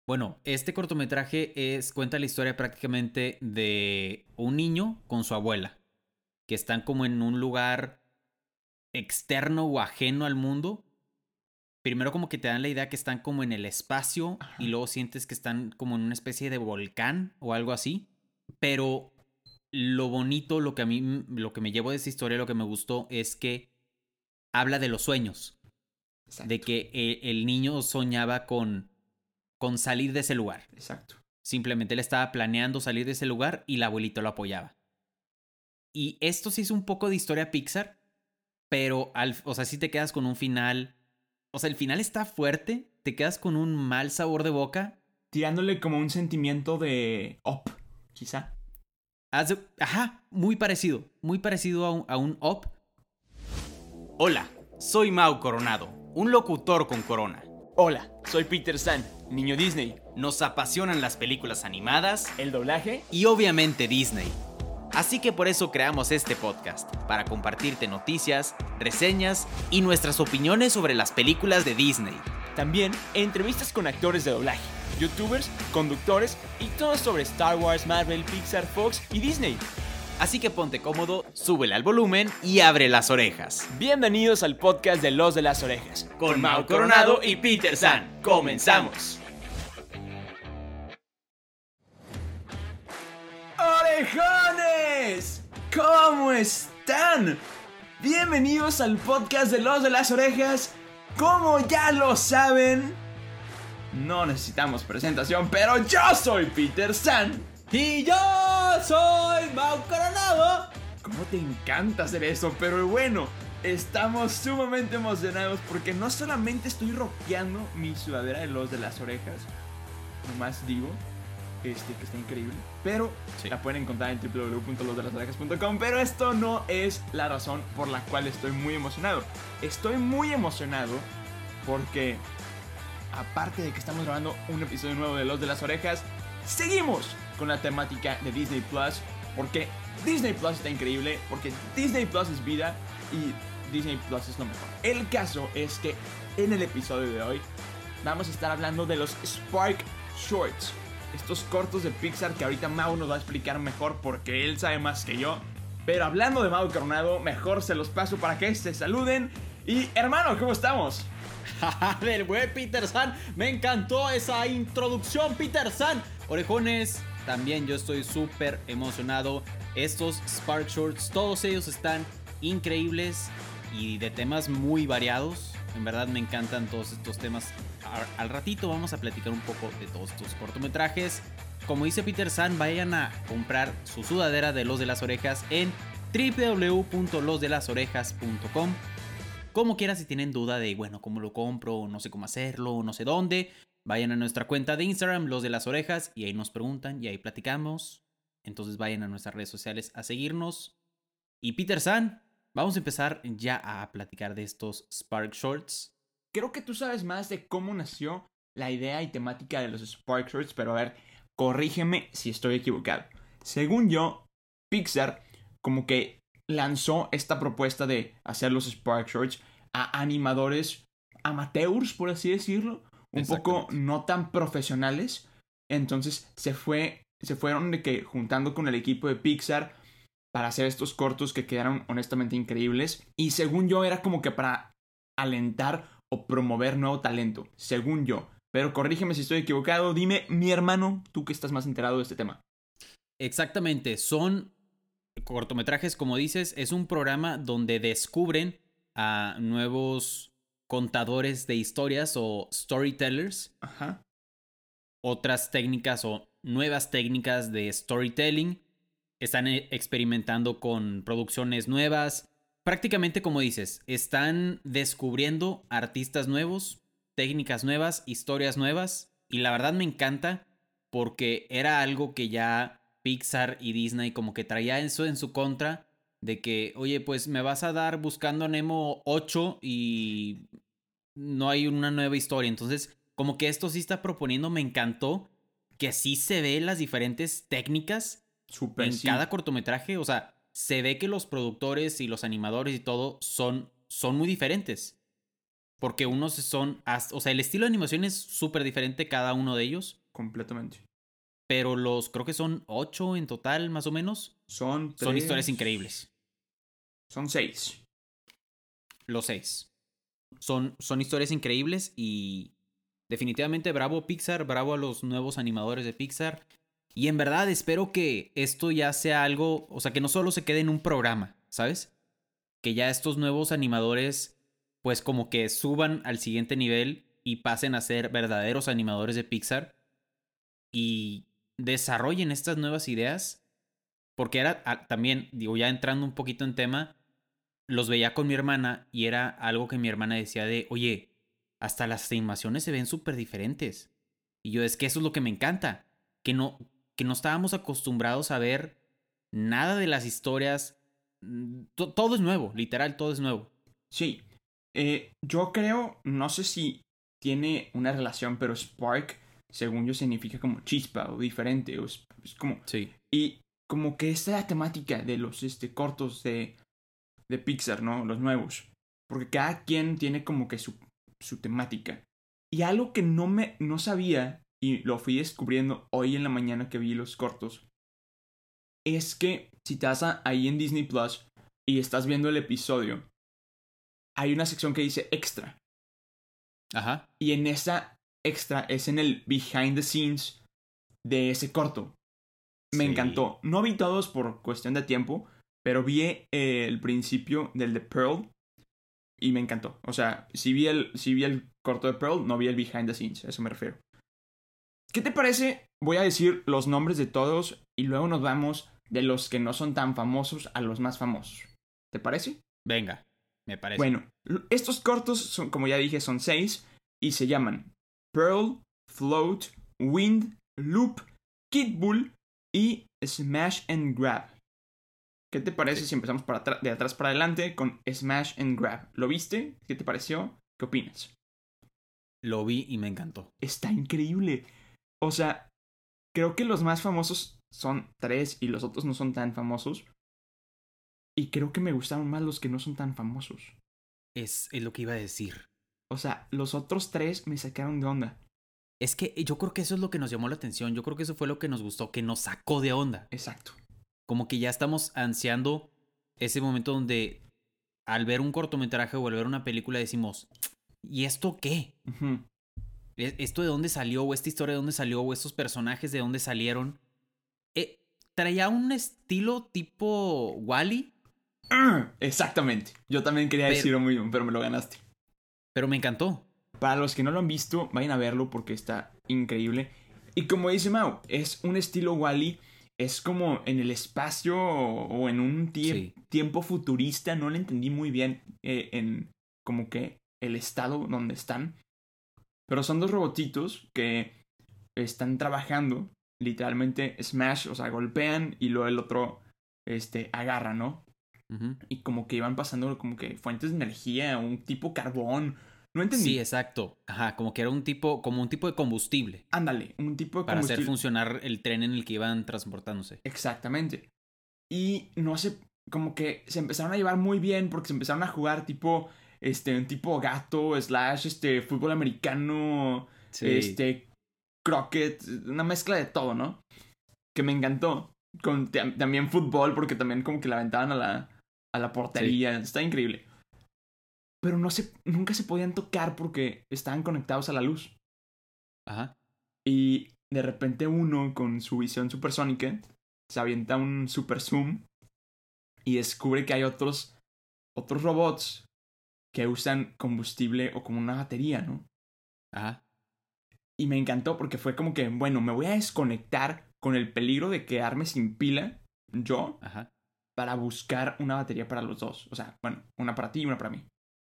Bueno, este cortometraje cuenta la historia prácticamente de un niño con su abuela, que están como en un lugar externo o ajeno al mundo. Primero como que te dan la idea que están como en el espacio y Ajá. luego sientes que están como en una especie de volcán o algo así. Pero lo bonito, lo que me llevo de esa historia, lo que me gustó es que habla de los sueños, de Exacto, que el niño soñaba con salir de ese lugar. exacto. Simplemente él estaba planeando salir de ese lugar y la abuelita lo apoyaba. Y esto sí es un poco de historia Pixar, pero o sea, sí te quedas con un final. O sea, el final está fuerte, te quedas con un mal sabor de boca. Tirándole como un sentimiento de Up, quizá. Ajá, muy parecido a un Up. Hola, soy Mau Coronado, un locutor con corona. Hola, soy Peter San, niño Disney. Nos apasionan las películas animadas El doblaje y obviamente Disney. Así que por eso creamos este podcast, para compartirte noticias, reseñas y nuestras opiniones sobre las películas de Disney. También entrevistas con actores de doblaje, youtubers, conductores y todo sobre Star Wars, Marvel, Pixar, Fox y Disney. Así que ponte cómodo, súbele al volumen y abre las orejas. Bienvenidos al podcast de Los de las Orejas. Con Mau Coronado y Peter San, comenzamos. ¡Orejones! ¿Cómo están? Bienvenidos al podcast de Los de las Orejas. Como ya lo saben, no necesitamos presentación, pero yo soy Peter San. Y yo soy Mau Coronado. ¿Cómo te encanta hacer eso? Pero bueno, estamos sumamente emocionados porque no solamente estoy rockeando mi sudadera de Los de las Orejas, nomás digo, que está increíble, pero Sí. la pueden encontrar en www.losdelasorejas.com. Pero esto no es la razón por la cual estoy muy emocionado. Estoy muy emocionado porque, aparte de que estamos grabando un episodio nuevo de Los de las Orejas, seguimos con la temática de Disney Plus, porque Disney Plus está increíble, porque Disney Plus es vida y Disney Plus es lo mejor. El caso es que en el episodio de hoy vamos a estar hablando de los Spark Shorts, estos cortos de Pixar que ahorita Mau nos va a explicar mejor porque él sabe más que yo. Pero hablando de Mau Coronado, mejor se los paso para que se saluden. Y hermano, ¿cómo estamos? Del buen Peter San. Me encantó esa introducción, Peter San. Orejones, también yo estoy súper emocionado. Estos Spark Shorts, todos ellos están increíbles y de temas muy variados. En verdad me encantan todos estos temas. Al ratito vamos a platicar un poco de todos estos cortometrajes. Como dice Peter San, vayan a comprar su sudadera de Los de las Orejas en www.losdelasorejas.com. Como quiera, si tienen duda de, bueno, cómo lo compro, no sé cómo hacerlo, no sé dónde, vayan a nuestra cuenta de Instagram, Los de las Orejas, y ahí nos preguntan y ahí platicamos. Entonces vayan a nuestras redes sociales a seguirnos. Y Peter San, vamos a empezar ya a platicar de estos Spark Shorts. Creo que tú sabes más de cómo nació la idea y temática de los Spark Shorts, pero a ver, corrígeme si estoy equivocado. Según yo, Pixar como que lanzó esta propuesta de hacer los Spark Shorts a animadores amateurs, por así decirlo, un poco no tan profesionales. Entonces se fueron de que juntando con el equipo de Pixar para hacer estos cortos que quedaron honestamente increíbles. Y según yo era como que para alentar o promover nuevo talento, según yo. Pero corrígeme si estoy equivocado, dime, mi hermano, tú que estás más enterado de este tema. Exactamente, son cortometrajes, como dices, es un programa donde descubren a nuevos contadores de historias o storytellers, Ajá. otras técnicas o nuevas técnicas de storytelling. Están experimentando con producciones nuevas. Prácticamente como dices, están descubriendo artistas nuevos, técnicas nuevas, historias nuevas. Y la verdad me encanta porque era algo que ya Pixar y Disney como que traía eso en su contra. De que, oye, pues me vas a dar Buscando a Nemo 8 y no hay una nueva historia. Entonces, como que esto sí está proponiendo, me encantó que sí se ve las diferentes técnicas Súper en sí. cada cortometraje. O sea, se ve que los productores y los animadores y todo son muy diferentes. Porque unos son, o sea, el estilo de animación es súper diferente cada uno de ellos, Completamente. pero creo que son 8 en total, más o menos. Son Son historias increíbles. Son 6. Los 6. Son historias increíbles y definitivamente bravo Pixar, bravo a los nuevos animadores de Pixar. Y en verdad espero que esto ya sea algo, o sea, que no solo se quede en un programa, ¿sabes? Que ya estos nuevos animadores pues como que suban al siguiente nivel y pasen a ser verdaderos animadores de Pixar y desarrollen estas nuevas ideas. Porque era también, digo, ya entrando un poquito en tema, los veía con mi hermana y era algo que mi hermana decía de, oye, hasta las animaciones se ven súper diferentes. Y yo, es que eso es lo que me encanta, que no estábamos acostumbrados a ver nada de las historias. Todo es nuevo, literal, todo es nuevo. Sí. Yo creo, no sé si tiene una relación, pero Spark, según yo, significa como chispa o diferente. O es como... Sí. Y como que esta es la temática de los cortos de Pixar, ¿no? Los nuevos. Porque cada quien tiene como que su temática. Y algo que no sabía, y lo fui descubriendo hoy en la mañana que vi los cortos, es que si te vas ahí en Disney Plus y estás viendo el episodio, hay una sección que dice extra. Ajá. Y en esa extra es en el behind the scenes de ese corto. Me encantó. No vi todos por cuestión de tiempo, pero vi el principio del de Pearl y me encantó. O sea, si vi el corto de Pearl, no vi el behind the scenes, a eso me refiero. ¿Qué te parece? Voy a decir los nombres de todos y luego nos vamos de los que no son tan famosos a los más famosos. ¿Te parece? Venga, me parece. Bueno, estos cortos son, como ya dije, son 6 y se llaman Pearl, Float, Wind, Loop, Kid Bull y Smash and Grab. ¿Qué te parece si empezamos de atrás para adelante con Smash and Grab? ¿Lo viste? ¿Qué te pareció? ¿Qué opinas? Lo vi y me encantó. Está increíble. O sea, creo que los más famosos son 3 y los otros no son tan famosos. Y creo que me gustaron más los que no son tan famosos. Es lo que iba a decir. O sea, los otros 3 me sacaron de onda. Es que yo creo que eso es lo que nos llamó la atención. Yo creo que eso fue lo que nos gustó, que nos sacó de onda. Exacto. Como que ya estamos ansiando ese momento donde al ver un cortometraje o al ver una película decimos, ¿y esto qué? Uh-huh. ¿Esto de dónde salió? ¿O esta historia de dónde salió? ¿O estos personajes de dónde salieron? Traía un estilo tipo Wall-E. Exactamente. Yo también quería decir lo mismo, pero me lo ganaste. Pero me encantó. Para los que no lo han visto, vayan a verlo porque está increíble. Y como dice Mau, es un estilo Wall-E. Es como en el espacio o en un tiempo futurista. No lo entendí muy bien en como que el estado donde están. Pero son 2 robotitos que están trabajando. Literalmente Smash, o sea, golpean y luego el otro agarra, ¿no? Uh-huh. Y como que iban pasando como que fuentes de energía, un tipo carbón. No entendí. Sí, exacto. Ajá, como que era un tipo de combustible. Ándale, un tipo de para combustible. hacer funcionar el tren en el que iban transportándose. Exactamente. Y no sé, como que se empezaron a llevar muy bien porque se empezaron a jugar tipo, un tipo gato, / fútbol americano, croquet, una mezcla de todo, ¿no? Que me encantó. Con también fútbol porque también como que la aventaban a la portería. Sí. Está increíble. Pero nunca se podían tocar porque estaban conectados a la luz. Ajá. Y de repente uno con su visión supersónica se avienta un super zoom y descubre que hay otros robots que usan combustible o como una batería, ¿no? Ajá. Y me encantó porque fue como que, bueno, me voy a desconectar con el peligro de quedarme sin pila yo. Ajá. Para buscar una batería para los dos. O sea, bueno, una para ti y una para mí.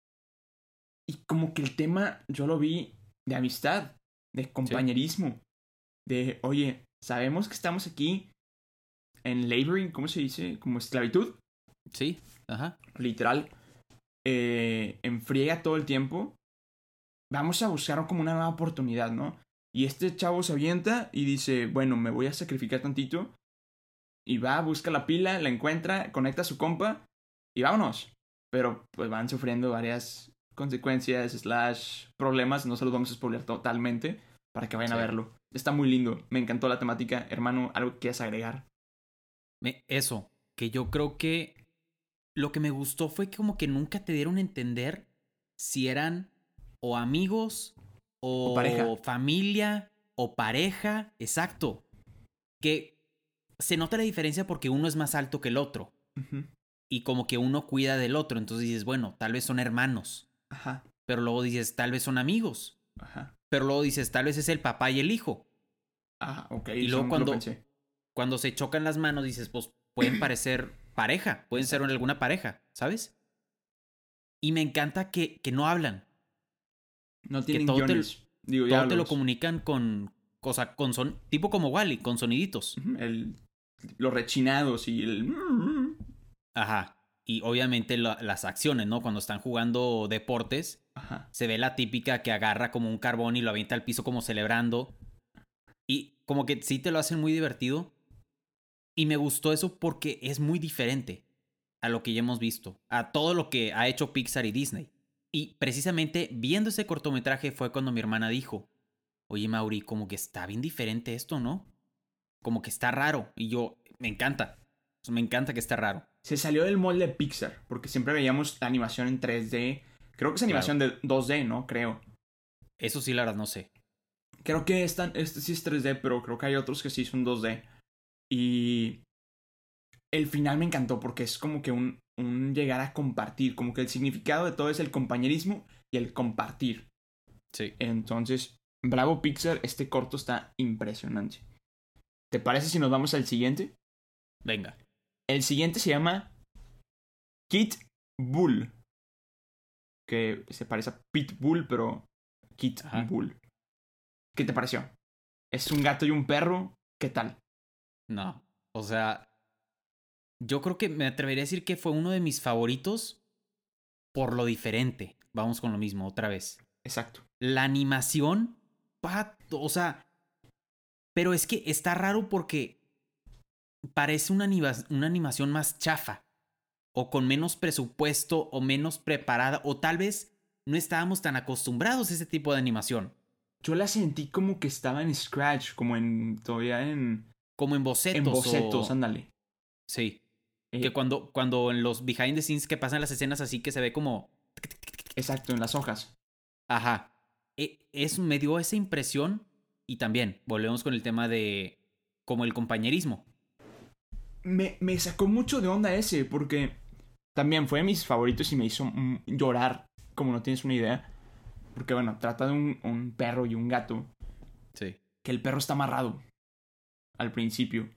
Y como que el tema yo lo vi de amistad, de compañerismo, de, oye, sabemos que estamos aquí en laboring, ¿cómo se dice? Como esclavitud. Sí, ajá. Literal, en friega todo el tiempo. Vamos a buscar como una nueva oportunidad, ¿no? Y este chavo se avienta y dice, bueno, me voy a sacrificar tantito. Y va, busca la pila, la encuentra, conecta a su compa y vámonos. Pero pues van sufriendo varias consecuencias, problemas, no se los vamos a spoiler totalmente para que vayan a verlo. Está muy lindo, me encantó la temática. Hermano, ¿algo que quieras agregar? Eso, que yo creo que lo que me gustó fue que como que nunca te dieron a entender si eran o amigos O pareja. familia o pareja. Exacto. Que se nota la diferencia porque uno es más alto que el otro. Uh-huh. Y como que uno cuida del otro. Entonces dices, bueno, tal vez son hermanos. Ajá. Pero luego dices, tal vez son amigos. Ajá. Pero luego dices, tal vez es el papá y el hijo. Ah, ok. Y luego cuando se chocan las manos dices, pues pueden parecer pareja. Pueden ser alguna pareja, ¿sabes? Y me encanta que no hablan. No tienen que todo guiones. todo te lo comunican con son tipo como Wall-E, con soniditos. Los rechinados y el... Ajá. Y obviamente las acciones, ¿no? Cuando están jugando deportes, Ajá. se ve la típica que agarra como un carbón y lo avienta al piso como celebrando. Y como que sí te lo hacen muy divertido. Y me gustó eso porque es muy diferente a lo que ya hemos visto, a todo lo que ha hecho Pixar y Disney. Y precisamente viendo ese cortometraje fue cuando mi hermana dijo, oye Mauri, como que está bien diferente esto, ¿no? Como que está raro. Y yo, me encanta. Me encanta que está raro. Se salió del molde de Pixar, porque siempre veíamos la animación en 3D. Creo que es animación de 2D, ¿no? Creo. Eso sí, la verdad, no sé. Creo que este sí es 3D, pero creo que hay otros que sí son 2D. Y el final me encantó porque es como que un llegar a compartir. Como que el significado de todo es el compañerismo y el compartir. Sí. Entonces, bravo Pixar, este corto está impresionante. ¿Te parece si nos vamos al siguiente? Venga. El siguiente se llama Kit Bull. Que se parece a Pitbull, pero Kit Bull. ¿Qué te pareció? ¿Es un gato y un perro? ¿Qué tal? No, o sea, yo creo que me atrevería a decir que fue uno de mis favoritos por lo diferente. Vamos con lo mismo, otra vez. Exacto. La animación, o sea, pero es que está raro porque parece una animación más chafa, o con menos presupuesto, o menos preparada, o tal vez no estábamos tan acostumbrados a ese tipo de animación. Yo la sentí como que estaba en Scratch, como todavía en... Como en bocetos. En bocetos, ándale. Sí. Que cuando en los behind the scenes que pasan las escenas así que se ve como... Exacto, en las hojas. Ajá. Me dio esa impresión. Y también, volvemos con el tema de... como el compañerismo. Me sacó mucho de onda ese, porque también fue de mis favoritos y me hizo llorar, como no tienes una idea. Porque bueno, trata de un perro y un gato. Sí. Que el perro está amarrado al principio.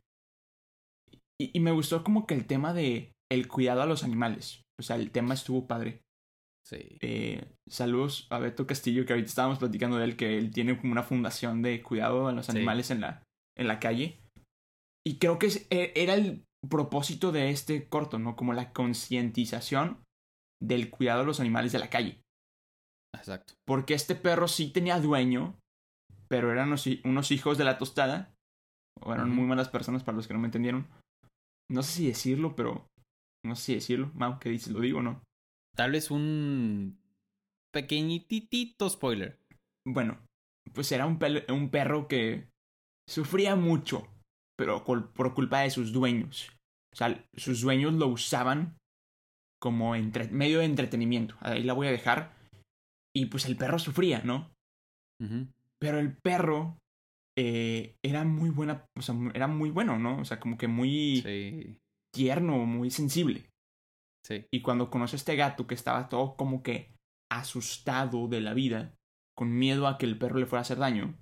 Y me gustó como que el tema de el cuidado a los animales. O sea, el tema estuvo padre. Sí. Saludos a Beto Castillo, que ahorita estábamos platicando de él, que él tiene como una fundación de cuidado a los animales en la calle. Y creo que era el propósito de este corto, ¿no? Como la concientización del cuidado a los animales de la calle. Exacto. Porque este perro sí tenía dueño, pero eran unos hijos de la tostada. O eran muy malas personas para los que no me entendieron. No sé si decirlo, pero... No sé si decirlo. Mau, ¿qué dices? ¿Lo digo o no? Tal vez un pequeñitito spoiler. Bueno, pues era un perro que sufría mucho, pero por culpa de sus dueños. O sea, sus dueños lo usaban como medio de entretenimiento. Ahí la voy a dejar. Y pues el perro sufría, ¿no? Pero el perro era muy buena, o sea, era muy bueno, ¿no? O sea, como que muy tierno, muy sensible. Sí. Y cuando conoce a este gato que estaba todo como que asustado de la vida, con miedo a que el perro le fuera a hacer daño,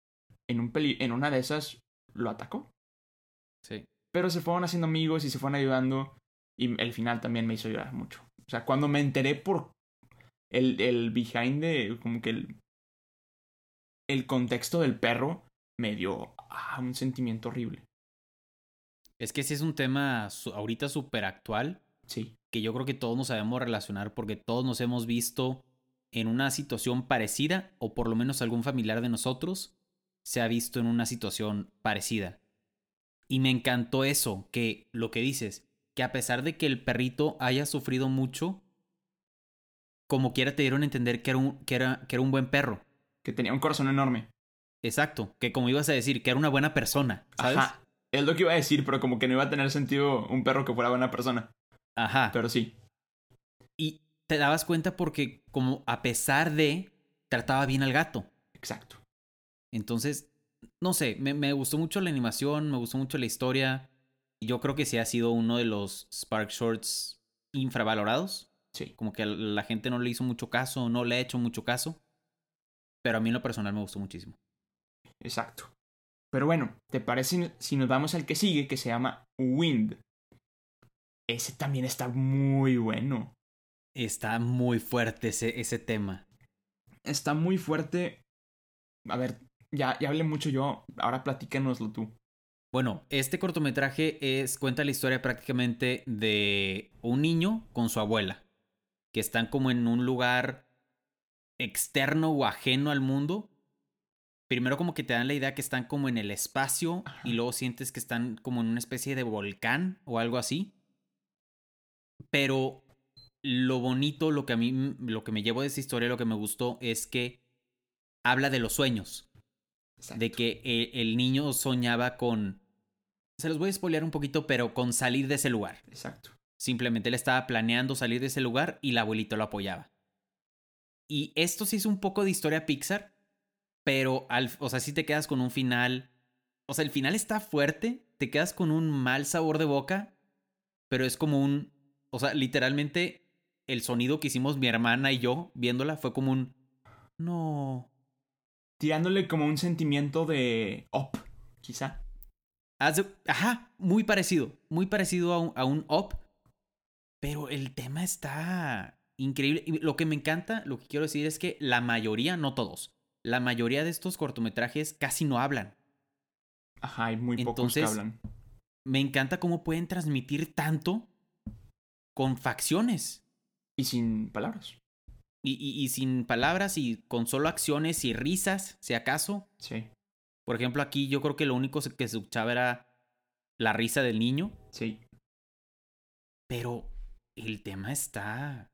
en una de esas lo atacó. Sí. Pero se fueron haciendo amigos y se fueron ayudando. Y el final también me hizo llorar mucho. O sea, cuando me enteré por el behind de... como que el contexto del perro me dio un sentimiento horrible. Es que sí es un tema ahorita súper actual. Sí. Que yo creo que todos nos sabemos relacionar porque todos nos hemos visto en una situación parecida o por lo menos algún familiar de nosotros se ha visto en una situación parecida. Y me encantó eso, que lo que dices, que a pesar de que el perrito haya sufrido mucho, como quiera te dieron a entender que era un buen perro. Que tenía un corazón enorme. Exacto, que como ibas a decir, que era una buena persona, ¿sabes? Ajá. Es lo que iba a decir, pero como que no iba a tener sentido un perro que fuera buena persona. Ajá. Pero sí. Y te dabas cuenta porque como a pesar de, trataba bien al gato. Exacto. Entonces, no sé, me gustó mucho la animación, me gustó mucho la historia. Y yo creo que sí ha sido uno de los Spark Shorts infravalorados. Sí. Como que a la gente no le hizo mucho caso, no le ha hecho mucho caso. Pero a mí en lo personal me gustó muchísimo. Exacto. Pero bueno, ¿te parece si nos vamos al que sigue, que se llama Wind? Ese también está muy bueno. Está muy fuerte ese tema. Está muy fuerte. A ver, ya hablé mucho yo, ahora platícanoslo tú. Bueno, este cortometraje cuenta la historia prácticamente de un niño con su abuela, que están como en un lugar externo o ajeno al mundo. Primero como que te dan la idea que están como en el espacio. Ajá. Y luego sientes que están como en una especie de volcán o algo así. Pero lo bonito, lo que me llevo de esta historia, lo que me gustó es que habla de los sueños. Exacto. De que el niño soñaba con... Se los voy a spoilear un poquito, pero con salir de ese lugar. Exacto. Simplemente él estaba planeando salir de ese lugar y la abuelita lo apoyaba. Y esto sí es un poco de historia Pixar, pero o sea, sí te quedas con un final. O sea, el final está fuerte, te quedas con un mal sabor de boca, pero es como un... O sea, literalmente el sonido que hicimos mi hermana y yo viéndola fue como un... No. Tirándole como un sentimiento de up, quizá. Ajá, muy parecido a un Up, pero el tema está increíble. Y lo que me encanta, lo que quiero decir es que la mayoría, no todos, la mayoría de estos cortometrajes casi no hablan. Ajá, hay muy pocos que Entonces, hablan. me encanta cómo pueden transmitir tanto con facciones. Y sin palabras. Y sin palabras y con solo acciones y risas, si acaso. Sí, Por ejemplo, aquí yo creo que lo único que se escuchaba era la risa del niño. sí. Pero el tema está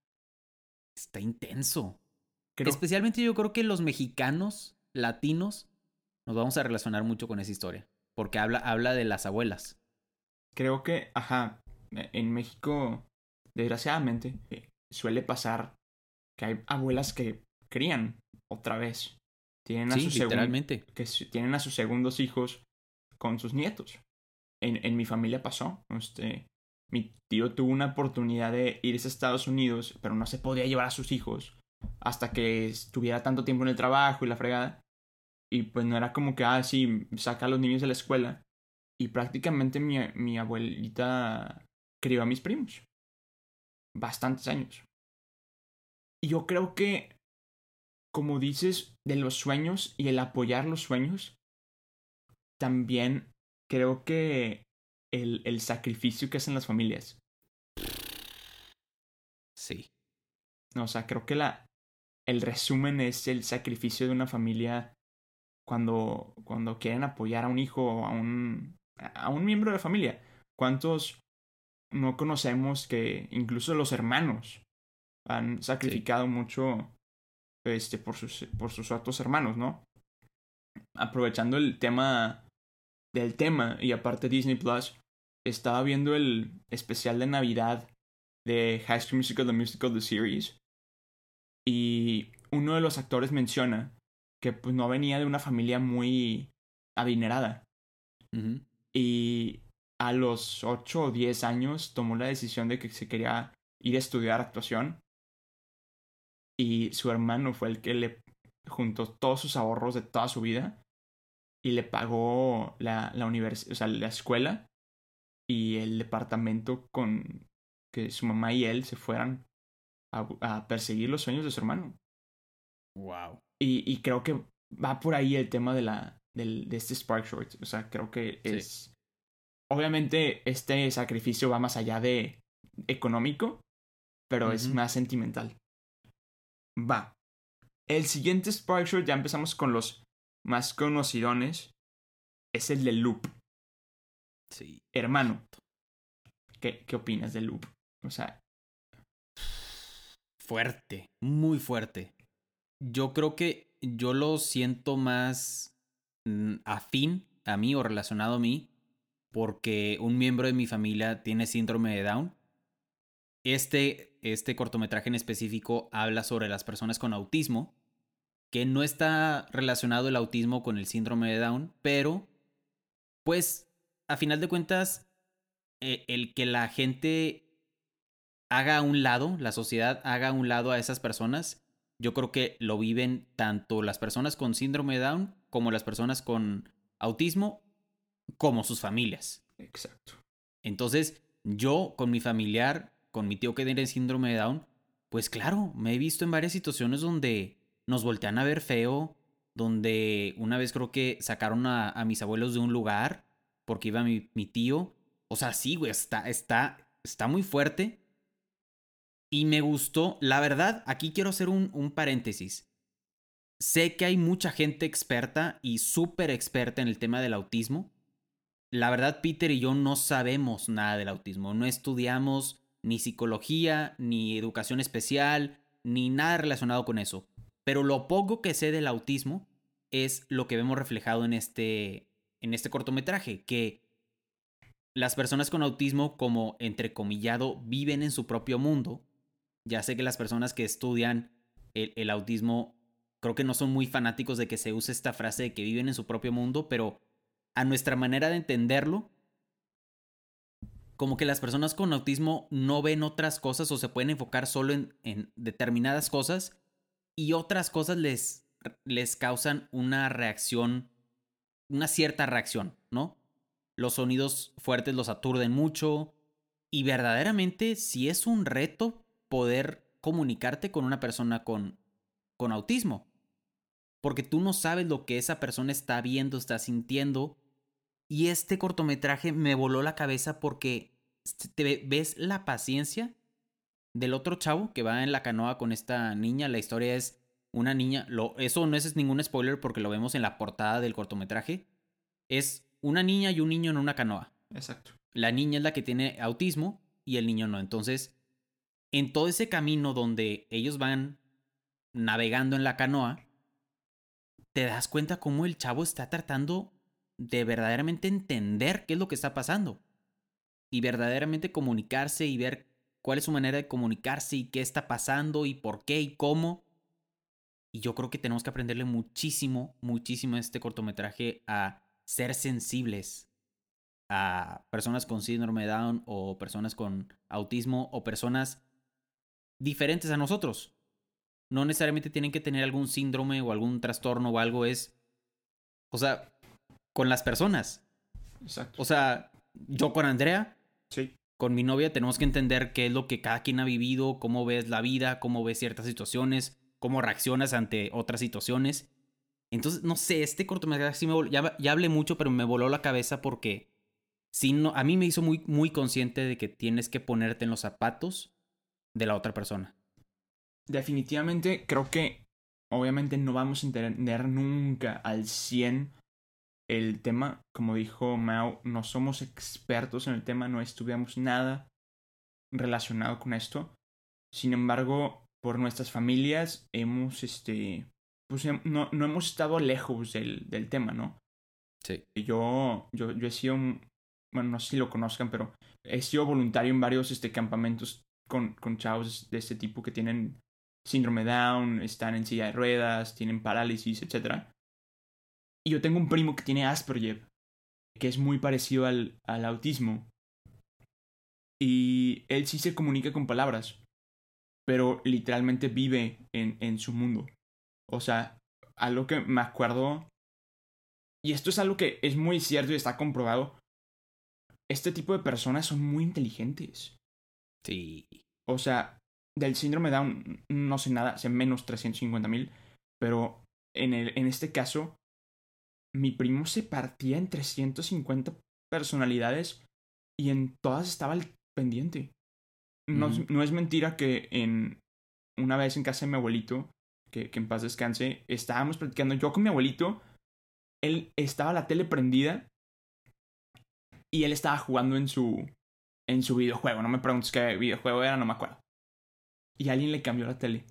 intenso. Creo, Especialmente yo creo que los mexicanos, latinos, nos vamos a relacionar mucho con esa historia. Porque habla de las abuelas. creo que, ajá, en México, desgraciadamente, suele pasar que hay abuelas que crían otra vez. Tienen a Sí, literalmente. tienen a sus segundos hijos con sus nietos. En mi familia pasó. Mi tío tuvo una oportunidad de irse a Estados Unidos, pero no se podía llevar a sus hijos hasta que estuviera tanto tiempo en el trabajo y la fregada. Y pues no era como que, sí, saca a los niños de la escuela. Y prácticamente mi abuelita crió a mis primos. Bastantes años. Y yo creo que, como dices, de los sueños y el apoyar los sueños, también creo que el sacrificio que hacen las familias. Sí. No, o sea, creo que el resumen es el sacrificio de una familia cuando quieren apoyar a un hijo o a un miembro de la familia. ¿Cuántos no conocemos que incluso los hermanos han sacrificado mucho por sus otros hermanos, ¿no? Aprovechando el tema del tema y aparte Disney Plus, estaba viendo el especial de Navidad de High School Musical, The Musical, The Series, y uno de los actores menciona que pues no venía de una familia muy adinerada. Uh-huh. Y a los 8 o 10 años tomó la decisión de que se quería ir a estudiar actuación. Y su hermano fue el que le juntó todos sus ahorros de toda su vida y le pagó la universidad, o sea, la escuela y el departamento con que su mamá y él se fueran a perseguir los sueños de su hermano. Wow. Y creo que va por ahí el tema de este Spark Short. O sea, creo que es... Sí. Obviamente este sacrificio va más allá de económico, pero es Uh-huh. más sentimental. Va. El siguiente Spark Short, ya empezamos con los más conocidones, es el de Loop. Sí. Hermano, ¿qué opinas de Loop? O sea... Fuerte, muy fuerte. Yo creo que yo lo siento más afín a mí o relacionado a mí porque un miembro de mi familia tiene síndrome de Down. Este cortometraje en específico habla sobre las personas con autismo, que no está relacionado el autismo con el síndrome de Down, pero pues a final de cuentas el que la gente haga a un lado, la sociedad haga a un lado a esas personas, yo creo que lo viven tanto las personas con síndrome de Down como las personas con autismo, como sus familias. Exacto. Entonces, yo con mi familiar, con mi tío que tiene síndrome de Down, pues claro, me he visto en varias situaciones donde nos voltean a ver feo, donde una vez creo que sacaron a mis abuelos de un lugar porque iba mi tío. O sea, sí, güey, está muy fuerte. Y me gustó, la verdad, aquí quiero hacer un paréntesis. Sé que hay mucha gente experta y súper experta en el tema del autismo. La verdad, Peter y yo no sabemos nada del autismo. No estudiamos ni psicología, ni educación especial, ni nada relacionado con eso. Pero lo poco que sé del autismo es lo que vemos reflejado en este cortometraje, que las personas con autismo, como entrecomillado, viven en su propio mundo. Ya sé que las personas que estudian el autismo creo que no son muy fanáticos de que se use esta frase de que viven en su propio mundo, pero a nuestra manera de entenderlo, como que las personas con autismo no ven otras cosas o se pueden enfocar solo en determinadas cosas y otras cosas les causan una reacción, una cierta reacción, ¿no? Los sonidos fuertes los aturden mucho y verdaderamente sí es un reto poder comunicarte con una persona con autismo, porque tú no sabes lo que esa persona está viendo, está sintiendo. Y este cortometraje me voló la cabeza porque te ves la paciencia del otro chavo que va en la canoa con esta niña. La historia es una niña, eso no es ningún spoiler porque lo vemos en la portada del cortometraje. Es una niña y un niño en una canoa. Exacto. La niña es la que tiene autismo y el niño no. Entonces, en todo ese camino donde ellos van navegando en la canoa, te das cuenta cómo el chavo está tratando de verdaderamente entender qué es lo que está pasando y verdaderamente comunicarse y ver cuál es su manera de comunicarse y qué está pasando y por qué y cómo. Y yo creo que tenemos que aprenderle muchísimo, muchísimo a este cortometraje a ser sensibles a personas con síndrome de Down o personas con autismo o personas diferentes a nosotros. No necesariamente tienen que tener algún síndrome o algún trastorno o algo, o sea, con las personas. Exacto. O sea, yo con Andrea, Sí. con mi novia, tenemos que entender qué es lo que cada quien ha vivido, cómo ves la vida, cómo ves ciertas situaciones, cómo reaccionas ante otras situaciones. Entonces, no sé, este cortometraje sí ya hablé mucho, pero me voló la cabeza porque sí, no, a mí me hizo muy, muy consciente de que tienes que ponerte en los zapatos de la otra persona. Definitivamente creo que obviamente no vamos a entender nunca al 100 el tema. Como dijo Mao, no somos expertos en el tema, no estudiamos nada relacionado con esto. Sin embargo, por nuestras familias hemos, pues no hemos estado lejos del tema, ¿no? Sí. Yo he sido, bueno, no sé si lo conozcan, pero he sido voluntario en varios campamentos con chavos de este tipo que tienen síndrome Down, están en silla de ruedas, tienen parálisis, etc. Y yo tengo un primo que tiene Asperger, que es muy parecido al autismo. Y él sí se comunica con palabras, pero literalmente vive en su mundo. O sea, algo que me acuerdo, y esto es algo que es muy cierto y está comprobado, este tipo de personas son muy inteligentes. Sí. O sea, del síndrome de Down no sé nada, sé menos 350,000, pero en este caso, mi primo se partía en 350 personalidades y en todas estaba al pendiente. No es mentira que una vez en casa de mi abuelito, que en paz descanse, estábamos platicando yo con mi abuelito, él estaba la tele prendida y él estaba jugando en su videojuego. No me preguntes qué videojuego era, no me acuerdo. y alguien le cambió la tele.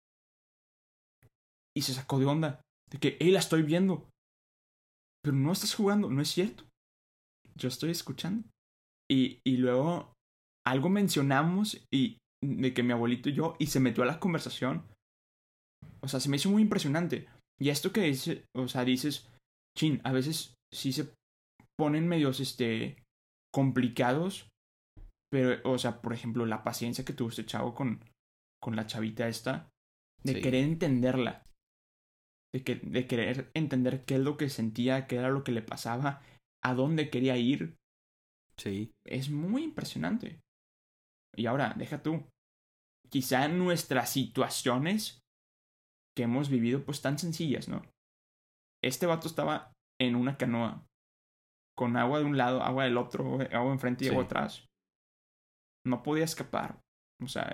Y se sacó de onda. De que, la estoy viendo. Pero no estás jugando, no es cierto. Yo estoy escuchando. Y luego algo mencionamos y de que mi abuelito y yo, y se metió a la conversación. O sea, se me hizo muy impresionante. Y esto que dice, o sea, dices, chin, a veces sí se ponen medios, complicados. Pero, o sea, por ejemplo, la paciencia que tuvo este chavo con la chavita esta. De Sí. querer entenderla. De querer entender qué es lo que sentía, qué era lo que le pasaba, a dónde quería ir. Sí. Es muy impresionante. Y ahora, deja tú. Quizá nuestras situaciones que hemos vivido, pues tan sencillas, ¿no? Este vato estaba en una canoa, con agua de un lado, agua del otro, agua enfrente y agua atrás. No podía escapar. O sea,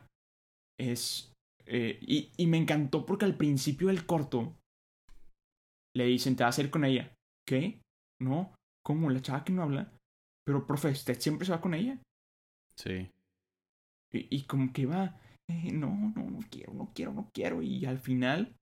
y me encantó porque al principio del corto le dicen, te vas a ir con ella. ¿Qué? No. ¿Cómo? La chava que no habla. Pero, profe, ¿usted siempre se va con ella? Sí. Y como que va, no quiero. Y al final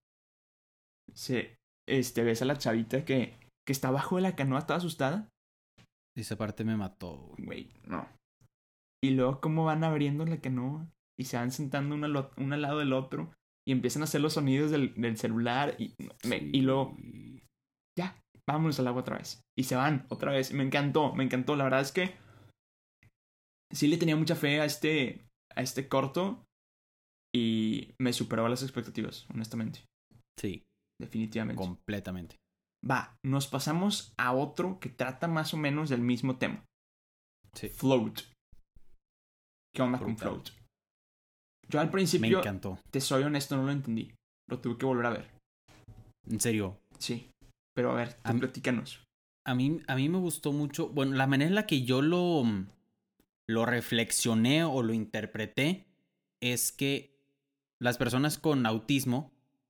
ves a la chavita que está abajo de la canoa, toda asustada. Esa parte me mató. Güey, no. Y luego cómo van abriendo la canoa y se van sentando uno al lado del otro y empiezan a hacer los sonidos del celular y luego, ya, vámonos al agua otra vez. Y se van otra vez. Me encantó. La verdad es que sí le tenía mucha fe a este corto y me superó las expectativas, honestamente. Sí. Definitivamente. Completamente. Va, nos pasamos a otro que trata más o menos del mismo tema. Sí. Float. ¿Qué onda con Float? Yo al principio, me encantó. Te soy honesto, no lo entendí. Lo tuve que volver a ver. ¿En serio? Sí. Pero a ver, platícanos. A mí me gustó mucho. Bueno, la manera en la que yo lo reflexioné o lo interpreté es que las personas con autismo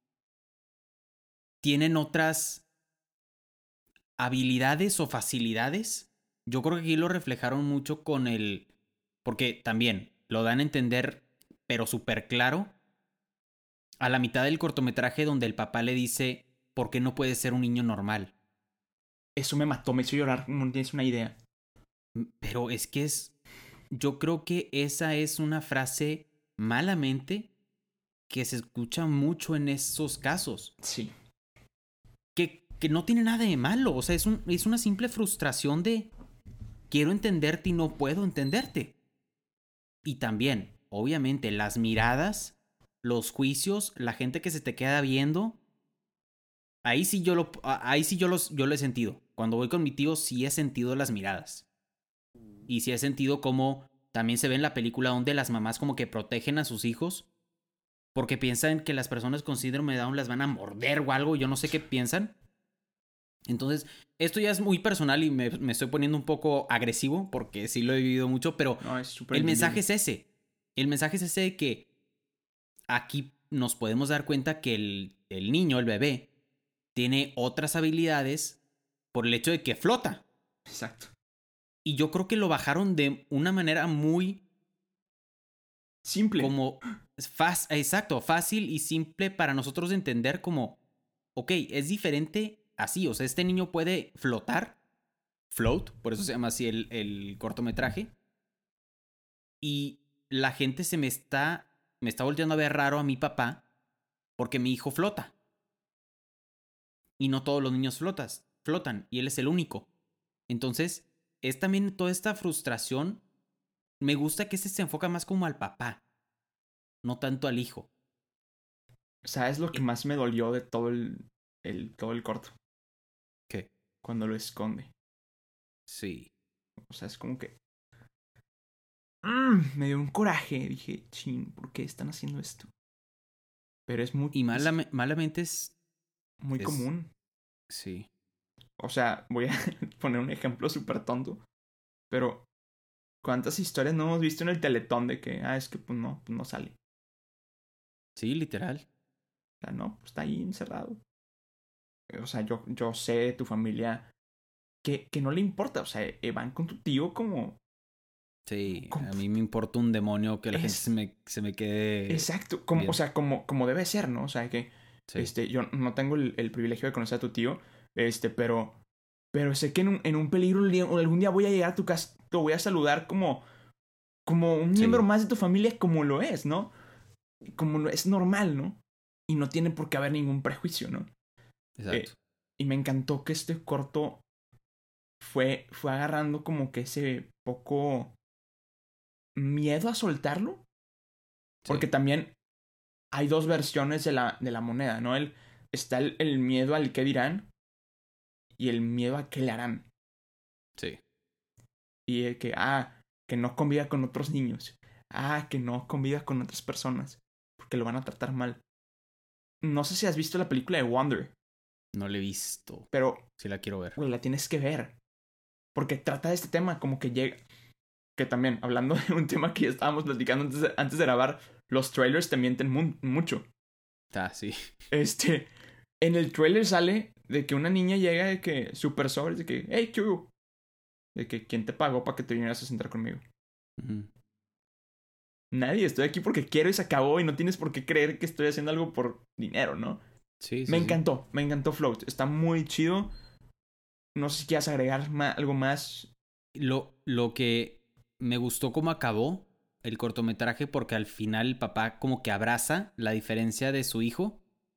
tienen otras habilidades o facilidades. Yo creo que aquí lo reflejaron mucho con porque también lo dan a entender, pero súper claro, a la mitad del cortometraje donde el papá le dice, ¿por qué no puedes ser un niño normal? Eso me mató, me hizo llorar, no tienes una idea. Pero es que yo creo que esa es una frase malamente que se escucha mucho en esos casos. Sí. Que no tiene nada de malo. O sea, es una simple frustración de quiero entenderte y no puedo entenderte. Y también, obviamente, las miradas, los juicios, la gente que se te queda viendo. Ahí sí yo lo he sentido. Cuando voy con mi tío sí he sentido las miradas. Y sí he sentido como también se ve en la película donde las mamás como que protegen a sus hijos porque piensan que las personas con síndrome de Down las van a morder o algo. Yo no sé qué piensan. Entonces, esto ya es muy personal y me estoy poniendo un poco agresivo porque sí lo he vivido mucho, pero no, es súper el mensaje es ese. El mensaje es ese de que aquí nos podemos dar cuenta que el niño, el bebé, tiene otras habilidades por el hecho de que flota. Exacto. Y yo creo que lo bajaron de una manera muy simple. Como exacto, fácil y simple para nosotros de entender como, ok, es diferente así, o sea, este niño puede flotar, float, por eso se llama así el cortometraje, y la gente me está volteando a ver raro a mi papá porque mi hijo flota. Y no todos los niños flotan, y él es el único. Entonces, es también toda esta frustración, me gusta que se enfoca más como al papá. No tanto al hijo. ¿Sabes lo que más me dolió de todo todo el corto? ¿Qué? Cuando lo esconde. Sí. O sea, es como que... me dio un coraje. Dije, chin, ¿por qué están haciendo esto? Pero es muy... Y malamente es... muy común. Sí. O sea, voy a poner un ejemplo súper tonto. Pero... ¿cuántas historias no hemos visto en el Teletón de que... es que pues no sale? Sí, literal. O sea, no, pues está ahí encerrado. O sea, yo sé de tu familia que no le importa. O sea, van con tu tío como Sí, ¿Cómo? a mí me importa un demonio que la gente se me quede... Exacto, bien. o sea, como debe ser, ¿no? O sea, que Sí. yo no tengo el privilegio de conocer a tu tío, pero sé que en un peligro algún día voy a llegar a tu casa, te voy a saludar como un miembro Sí, más de tu familia, como lo es, ¿no? Como lo es normal, ¿no? Y no tiene por qué haber ningún prejuicio, ¿no? Eh, exacto. y me encantó que este corto fue agarrando como que ese poco miedo a soltarlo, porque Sí, también hay dos versiones de la moneda, ¿no? Está el miedo al qué dirán y el miedo a qué le harán. sí. Y que no conviva con otros niños. Que no conviva con otras personas, porque lo van a tratar mal. No sé si has visto la película de Wonder, No lo he visto. pero, Sí la quiero ver. güey, la tienes que ver. Porque trata de este tema, como que llega. Que también, hablando de un tema que ya estábamos platicando antes de grabar, los trailers te mienten mucho. Ah, sí. En el trailer sale de que una niña llega de que super sobres, de que, hey, Q, de que quién te pagó para que te vinieras a sentar conmigo. Ujú. Nadie, estoy aquí porque quiero y se acabó y no tienes por qué creer que estoy haciendo algo por dinero, ¿no? Sí, sí, sí. Me encantó Float, está muy chido. No sé si quieras agregar algo más. Lo que me gustó cómo acabó el cortometraje porque al final el papá como que abraza la diferencia de su hijo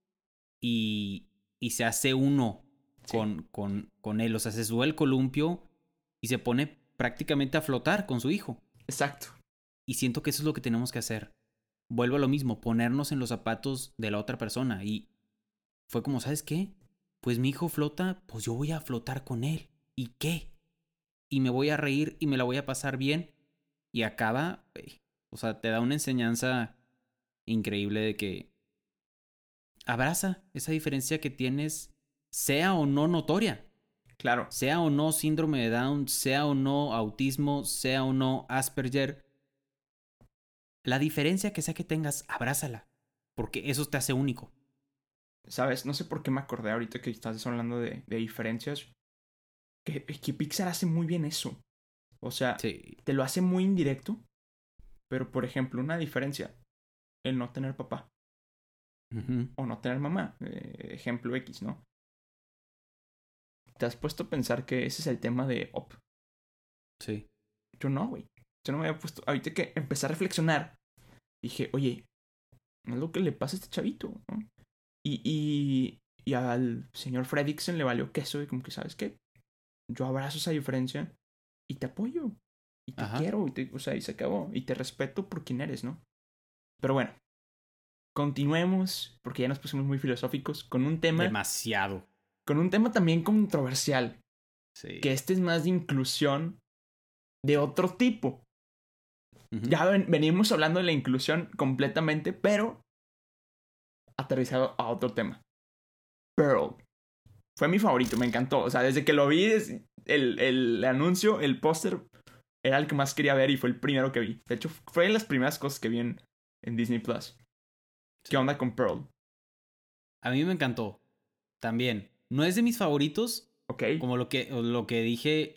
y, y se hace uno Sí, con él. O sea, se sube el columpio y se pone prácticamente a flotar con su hijo. exacto. Y siento que eso es lo que tenemos que hacer. Vuelvo a lo mismo, ponernos en los zapatos de la otra persona. Y fue como, ¿sabes qué? Pues mi hijo flota, pues yo voy a flotar con él. ¿Y qué? Y me voy a reír y me la voy a pasar bien. Y acaba, o sea, te da una enseñanza increíble de que abraza esa diferencia que tienes, sea o no notoria, Claro, sea o no síndrome de Down, sea o no autismo, sea o no Asperger. La diferencia que sea que tengas, abrázala, porque eso te hace único. ¿sabes? No sé por qué me acordé ahorita que estás hablando de diferencias. Que Pixar hace muy bien eso. O sea, Sí. te lo hace muy indirecto. Pero, por ejemplo, una diferencia. El no tener papá. Ujú. O no tener mamá. Ejemplo X, ¿no? ¿Te has puesto a pensar que ese es el tema de Up? Sí. Yo no, güey. Yo no me había puesto. Ahorita que empecé a reflexionar, dije, oye, no es lo que le pasa a este chavito, ¿no? Y al señor Fredrickson le valió queso y como que, ¿sabes qué? Yo abrazo esa diferencia y te apoyo. Y te Ajá. quiero. O sea, y se acabó. Y te respeto por quien eres, ¿no? Pero bueno, continuemos, porque ya nos pusimos muy filosóficos, Demasiado. con un tema también controversial. Que Sí. este es más de inclusión de otro tipo. Ujú. Ya venimos hablando de la inclusión completamente, pero aterrizado a otro tema. Pearl. Fue mi favorito, me encantó. O sea, desde que lo vi, el anuncio, el póster, era el que más quería ver y fue el primero que vi. De hecho, fue de las primeras cosas que vi en Disney Plus. ¿Qué Sí. onda con Pearl? A mí me encantó. También. No es de mis favoritos, ¿Ok? como lo que dije,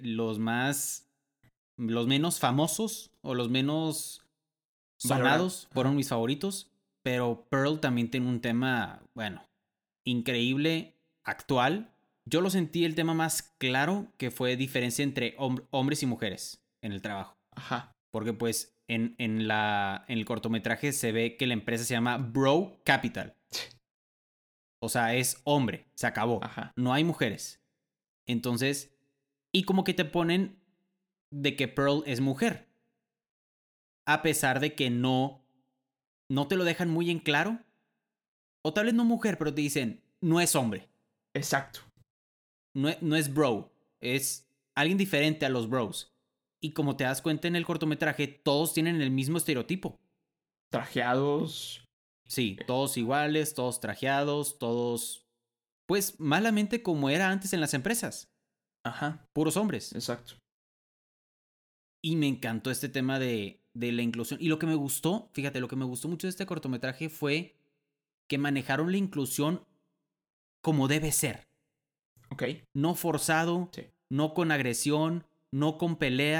los menos famosos o los menos Valorado. sonados fueron Ajá. mis favoritos, pero Pearl también tiene un tema, bueno, increíble, actual. Yo lo sentí el tema más claro que fue diferencia entre hombres y mujeres en el trabajo, Ajá. porque pues en el cortometraje se ve que la empresa se llama Bro Capital. O sea, es hombre, se acabó. Ajá. No hay mujeres. Entonces, y como que te ponen de que Pearl es mujer. A pesar de que no te lo dejan muy en claro. O tal vez no mujer, pero te dicen, no es hombre. Exacto. No es bro. Es alguien diferente a los bros. Y como te das cuenta en el cortometraje, todos tienen el mismo estereotipo. Trajeados. Sí, todos iguales, todos trajeados, todos... Pues malamente como era antes en las empresas. Ajá. Puros hombres. Exacto. Y me encantó este tema de la inclusión. Y lo que me gustó, fíjate, lo que me gustó mucho de este cortometraje fue que manejaron la inclusión como debe ser. ¿Ok? No forzado, Sí. no con agresión, no con peleas.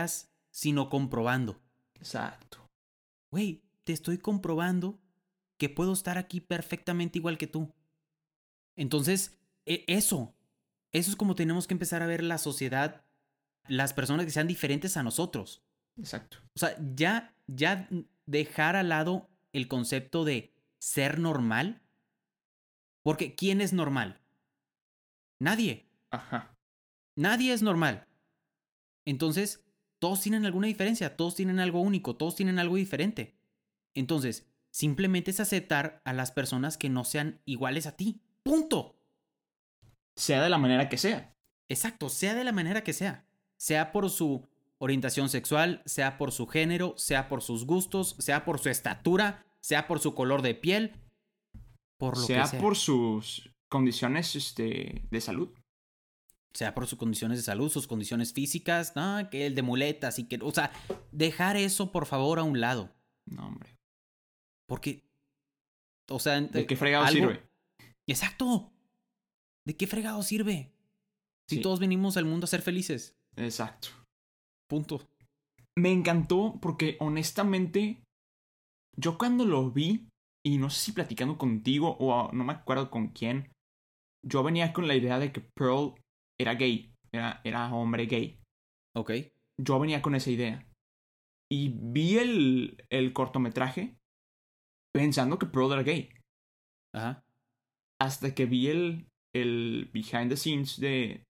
sino comprobando. Exacto. Güey, te estoy comprobando que puedo estar aquí perfectamente igual que tú. Entonces, eso es como tenemos que empezar a ver la sociedad, las personas que sean diferentes a nosotros. Exacto. O sea, ya dejar al lado el concepto de ser normal. Porque ¿quién es normal? Nadie. Ajá. Nadie es normal. Entonces, todos tienen alguna diferencia, todos tienen algo único, todos tienen algo diferente. Entonces, simplemente es aceptar a las personas que no sean iguales a ti. ¡Punto! Sea de la manera que sea. Exacto, sea de la manera que sea. Sea por su orientación sexual, sea por su género, sea por sus gustos, sea por su estatura, sea por su color de piel, por lo que sea. Por sus condiciones de salud. Sea por sus condiciones de salud, sus condiciones físicas, ¿no? Que el de muletas y que... O sea, dejar eso, por favor, a un lado. No, hombre. Porque... O sea... ¿De qué fregado sirve? Exacto. ¿De qué fregado sirve? Si Sí. todos venimos al mundo a ser felices. Exacto. Punto. Me encantó porque, honestamente, yo cuando lo vi, y no sé si platicando contigo o no me acuerdo con quién, yo venía con la idea de que Pearl era gay, era hombre gay. Ok. Yo venía con esa idea. Y vi el cortometraje pensando que Pearl era gay. Ajá. Hasta que vi el behind the scenes de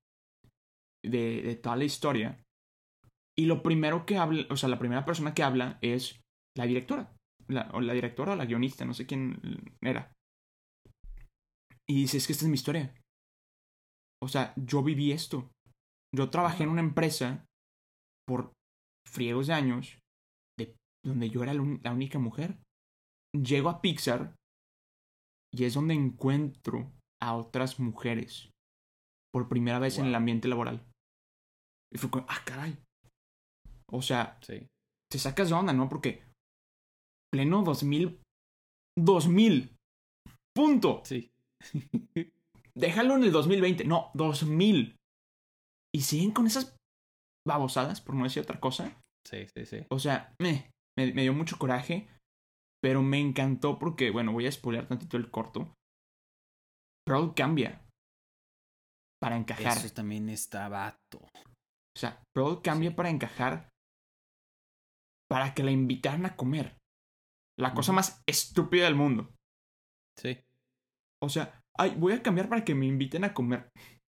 toda la historia. Y lo primero que habla, o sea, la primera persona que habla es la directora. La directora o la guionista, no sé quién era. Y dice, es que esta es mi historia. O sea, yo viví esto. Yo trabajé en una empresa por friegos de años donde yo era la única mujer. Llego a Pixar y es donde encuentro a otras mujeres por primera vez en el ambiente laboral. Y fue como, caray. O sea, sí. Te sacas de onda, ¿no? Porque pleno 2000. Punto. Sí. Déjalo en el 2020. No, 2000. Y siguen con esas babosadas, por no decir otra cosa. Sí. O sea, me dio mucho coraje. Pero me encantó porque, bueno, voy a spoilear tantito el corto. Pearl cambia para encajar. Eso también está vato. O sea, Pearl cambia para encajar para que la invitaran a comer. La cosa más estúpida del mundo. Sí. O sea, voy a cambiar para que me inviten a comer.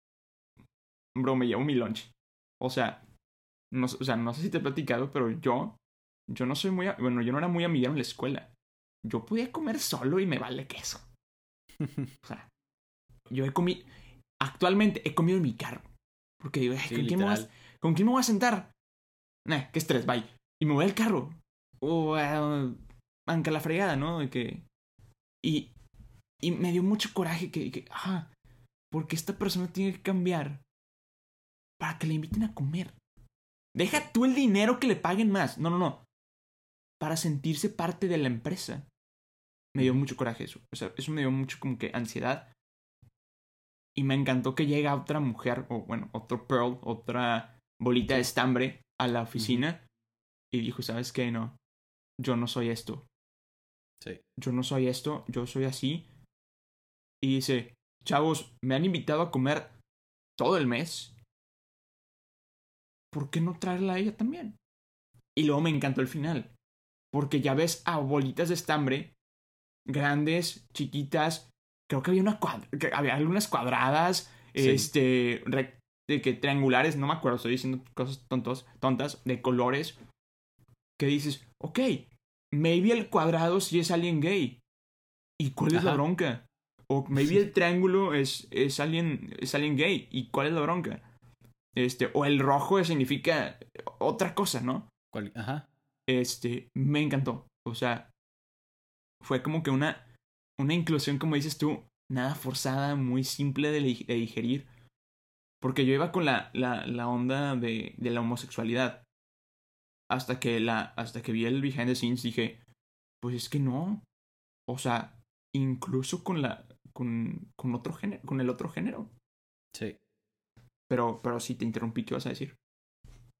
Bro, me llevo mi lunch. O sea, no sé si te he platicado, pero yo no soy muy... Bueno, yo no era muy amiguero en la escuela. Yo podía comer solo y me vale queso. O sea, yo actualmente he comido en mi carro. Porque digo, Sí, ¿con quién me voy a sentar? Qué estrés, bye. Y me voy al carro. O aunque la fregada, ¿no? De que... Y me dio mucho coraje que porque esta persona tiene que cambiar para que le inviten a comer. Deja tú el dinero que le paguen más. No. Para sentirse parte de la empresa. Me dio mucho coraje eso. O sea, eso me dio mucho como que ansiedad. Y me encantó que llega otra mujer, o bueno, otro Pearl, otra bolita de estambre a la oficina. Y dijo, ¿sabes qué? No, yo no soy esto. Sí. Yo no soy esto, yo soy así. Y dice, chavos, me han invitado a comer todo el mes. ¿Por qué no traerla a ella también? Y luego me encantó el final. Porque ya ves a bolitas de estambre, grandes, chiquitas. Creo que había algunas cuadradas, Sí. de que triangulares, no me acuerdo, estoy diciendo cosas tontas, de colores. Que dices, ok, maybe el cuadrado sí es alguien gay. ¿Y cuál es la bronca? O maybe el triángulo es alguien gay. ¿Y cuál es la bronca? O el rojo significa otra cosa, ¿no? Ajá. Me encantó. O sea, fue como que una inclusión, como dices tú, nada forzada, muy simple de digerir. Porque yo iba con la onda de la homosexualidad. Hasta que vi el behind the scenes dije, pues es que no. O sea, incluso con otro género, con el otro género. Sí. Pero sí te interrumpí, ¿qué vas a decir?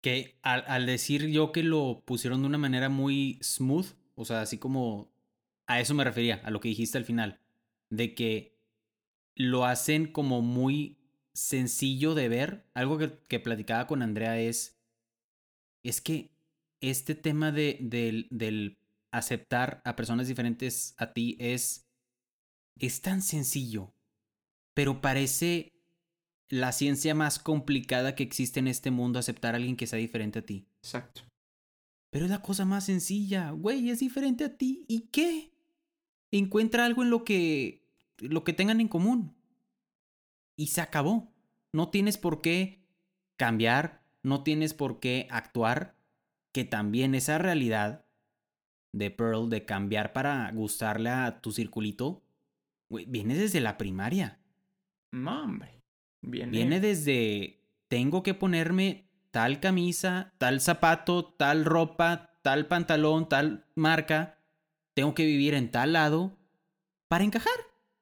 Que al decir yo que lo pusieron de una manera muy smooth, o sea, así como a eso me refería, a lo que dijiste al final, de que lo hacen como muy sencillo de ver. Algo que platicaba con Andrea es que este tema del aceptar a personas diferentes a ti es tan sencillo, pero parece la ciencia más complicada que existe en este mundo, aceptar a alguien que sea diferente a ti. Exacto. Pero es la cosa más sencilla, güey, es diferente a ti. ¿Y qué? Encuentra algo en lo que tengan en común. Y se acabó. No tienes por qué cambiar, no tienes por qué actuar, que también esa realidad de Pearl de cambiar para gustarle a tu circulito, güey, viene desde la primaria. No, hombre. Viene desde tengo que ponerme tal camisa, tal zapato, tal ropa, tal pantalón, tal marca. Tengo que vivir en tal lado para encajar.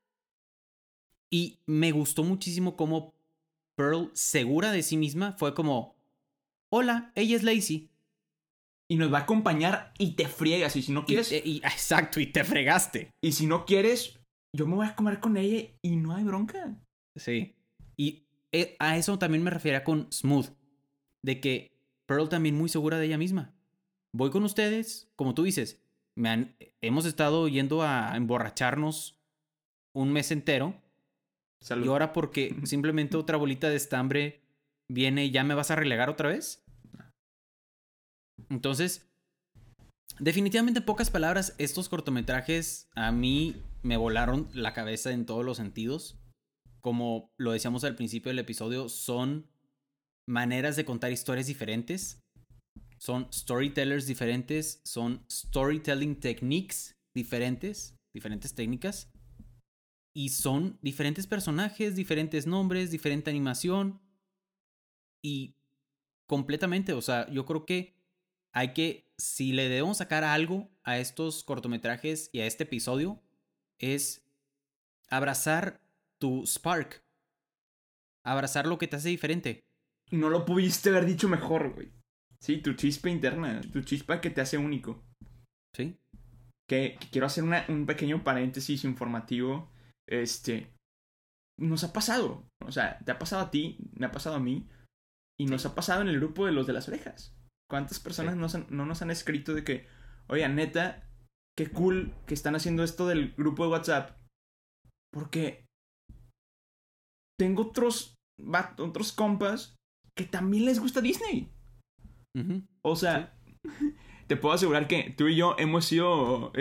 Y me gustó muchísimo cómo Pearl, segura de sí misma, fue como, hola, ella es Lacey. Y nos va a acompañar y te friegas. Y si no quieres... Exacto, y te fregaste. Y si no quieres, yo me voy a comer con ella y no hay bronca. Sí. Y a eso también me refería con Smooth. De que Pearl también muy segura de ella misma. Voy con ustedes, como tú dices. Hemos estado yendo a emborracharnos un mes entero. Salud. Y ahora porque simplemente otra bolita de estambre viene y ya me vas a relegar otra vez. Entonces, definitivamente en pocas palabras, estos cortometrajes a mí me volaron la cabeza en todos los sentidos. Como lo decíamos al principio del episodio, son maneras de contar historias diferentes. Son storytellers diferentes. Son storytelling techniques diferentes técnicas. Y son diferentes personajes, diferentes nombres, diferente animación. Y completamente, o sea, yo creo que si le debemos sacar algo a estos cortometrajes y a este episodio, es abrazar tu spark. Abrazar lo que te hace diferente. No lo pudiste haber dicho mejor, güey. Sí, tu chispa interna, tu chispa que te hace único. Sí. Que quiero hacer un pequeño paréntesis informativo. Nos ha pasado. O sea, te ha pasado a ti, me ha pasado a mí. Y nos ha pasado en el grupo de los de las orejas. ¿Cuántas personas no nos han escrito de que, oye, neta, qué cool que están haciendo esto del grupo de WhatsApp? Porque tengo otros compas que también les gusta Disney. Uh-huh. O sea, te puedo asegurar que tú y yo hemos sido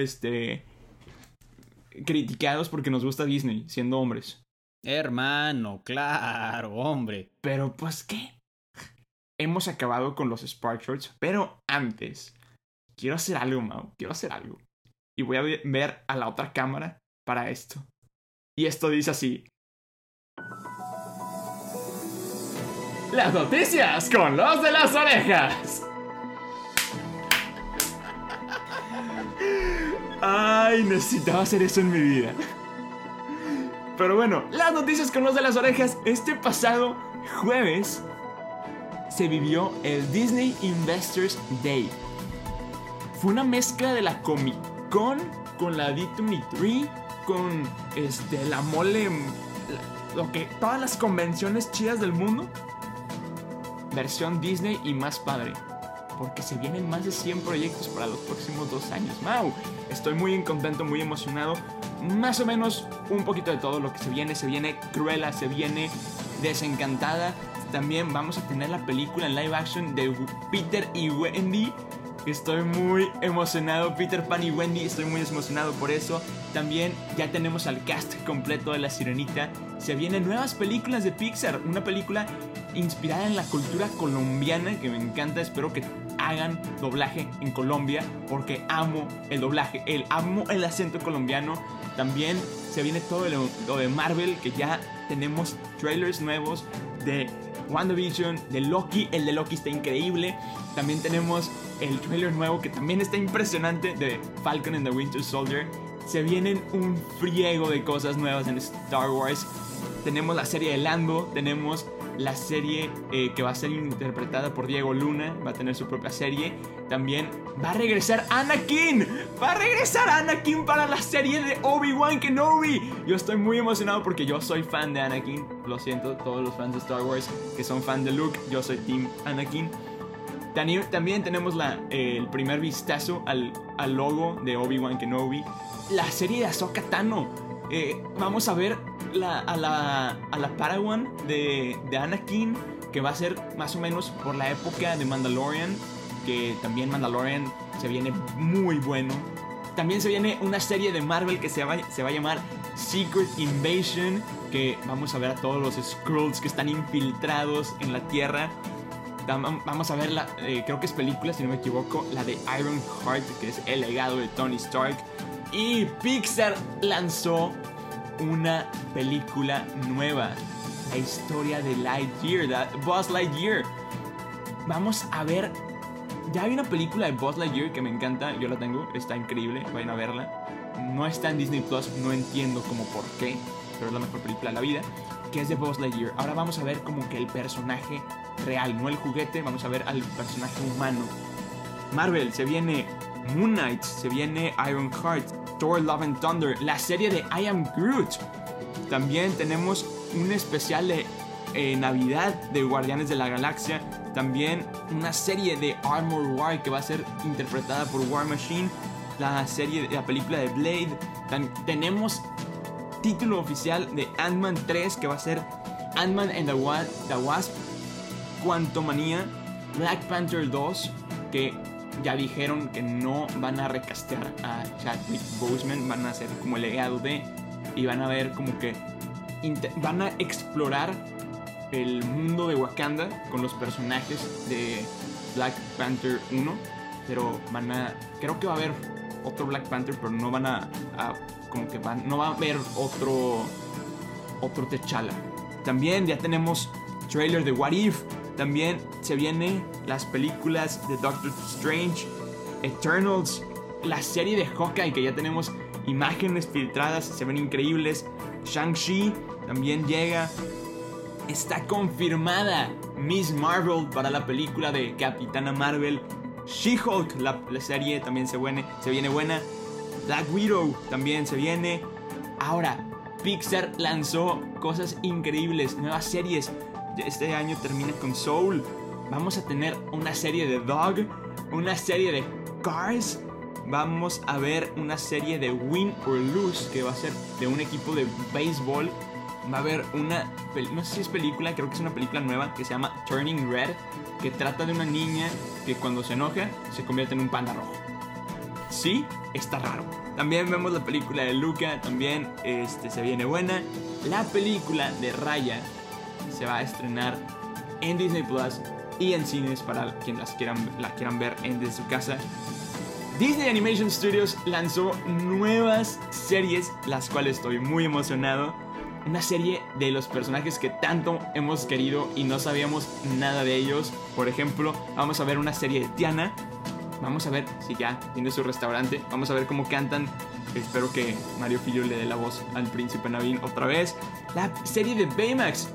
criticados porque nos gusta Disney, siendo hombres. Hermano, claro, hombre. Pero pues, ¿qué? Hemos acabado con los Spark Shorts, pero antes quiero hacer algo, Mau. Quiero hacer algo. Y voy a ver a la otra cámara para esto. Y esto dice así: las noticias con los de las orejas. Ay, necesitaba hacer eso en mi vida. Pero bueno, las noticias con los de las orejas. Este pasado jueves se vivió el Disney Investors Day. Fue una mezcla de la Comic Con con la D23, con la mole, todas las convenciones chidas del mundo. Versión Disney y más padre, porque se vienen más de 100 proyectos para los próximos 2 años. ¡Mau! Estoy muy contento, muy emocionado. Más o menos un poquito de todo lo que se viene. Se viene Cruella, se viene Desencantada. También vamos a tener la película en live action de Peter y Wendy. Estoy muy emocionado. Peter Pan y Wendy, estoy muy emocionado por eso. También ya tenemos al cast completo de La Sirenita. Se vienen nuevas películas de Pixar. Una película inspirada en la cultura colombiana que me encanta. Espero que hagan doblaje en Colombia, porque amo el doblaje, amo el acento colombiano. También se viene todo lo de Marvel, que ya tenemos trailers nuevos de WandaVision, de Loki. El de Loki está increíble. También tenemos el trailer nuevo que también está impresionante de Falcon and the Winter Soldier. Se vienen un friego de cosas nuevas en Star Wars. Tenemos la serie de Lando, tenemos la serie que va a ser interpretada por Diego Luna, va a tener su propia serie. También va a regresar Anakin. Va a regresar Anakin para la serie de Obi-Wan Kenobi. Yo estoy muy emocionado porque yo soy fan de Anakin. Lo siento, todos los fans de Star Wars que son fan de Luke, yo soy Team Anakin. También tenemos el primer vistazo al logo de Obi-Wan Kenobi. La serie de Ahsoka Tano. Vamos a ver a la Padawan de Anakin, que va a ser más o menos por la época de Mandalorian, que también Mandalorian se viene muy bueno. También se viene una serie de Marvel que se va a llamar Secret Invasion, que vamos a ver a todos los Skrulls que están infiltrados en la Tierra. Vamos a ver creo que es película, si no me equivoco, la de Ironheart, que es el legado de Tony Stark. Y Pixar lanzó una película nueva, la historia de Lightyear, Buzz Lightyear. Vamos a ver, ya hay una película de Buzz Lightyear que me encanta, yo la tengo, está increíble, vayan a verla. No está en Disney Plus, no entiendo cómo por qué, pero es la mejor película de la vida, que es de Buzz Lightyear. Ahora vamos a ver como que el personaje real, no el juguete, vamos a ver al personaje humano. Marvel, se viene Moon Knight, se viene Ironheart, Thor Love and Thunder, la serie de I Am Groot. También tenemos un especial de Navidad de Guardianes de la Galaxia. También una serie de Armor War que va a ser interpretada por War Machine. La película de Blade. Tenemos título oficial de Ant-Man 3, que va a ser Ant-Man and the Wasp, Quantumania. Black Panther 2, que ya dijeron que no van a recastear a Chadwick Boseman, van a hacer como el legado de, y van a ver como que van a explorar el mundo de Wakanda con los personajes de Black Panther 1, pero creo que va a haber otro Black Panther, pero no van no va a haber otro T'Challa. También ya tenemos trailer de What If. También se vienen las películas de Doctor Strange, Eternals, la serie de Hawkeye, que ya tenemos imágenes filtradas, se ven increíbles. Shang-Chi también llega. Está confirmada Miss Marvel para la película de Capitana Marvel. She-Hulk, la serie también se viene buena. Black Widow también se viene. Ahora, Pixar lanzó cosas increíbles, nuevas series. Este año termina con Soul. Vamos a tener una serie de Dog, una serie de Cars. Vamos a ver una serie de Win or Lose, que va a ser de un equipo de béisbol. Va a haber no sé si es película, creo que es una película nueva que se llama Turning Red, que trata de una niña que cuando se enoja se convierte en un panda rojo. Sí, está raro. También vemos la película de Luca, también se viene buena. La película de Raya se va a estrenar en Disney Plus y en cines para quienes la quieran ver desde su casa. Disney Animation Studios lanzó nuevas series, las cuales estoy muy emocionado. Una serie de los personajes que tanto hemos querido y no sabíamos nada de ellos. Por ejemplo, vamos a ver una serie de Tiana. Vamos a ver si ya tiene su restaurante. Vamos a ver cómo cantan. Espero que Mario Filho le dé la voz al príncipe Naveen otra vez. La serie de Baymax.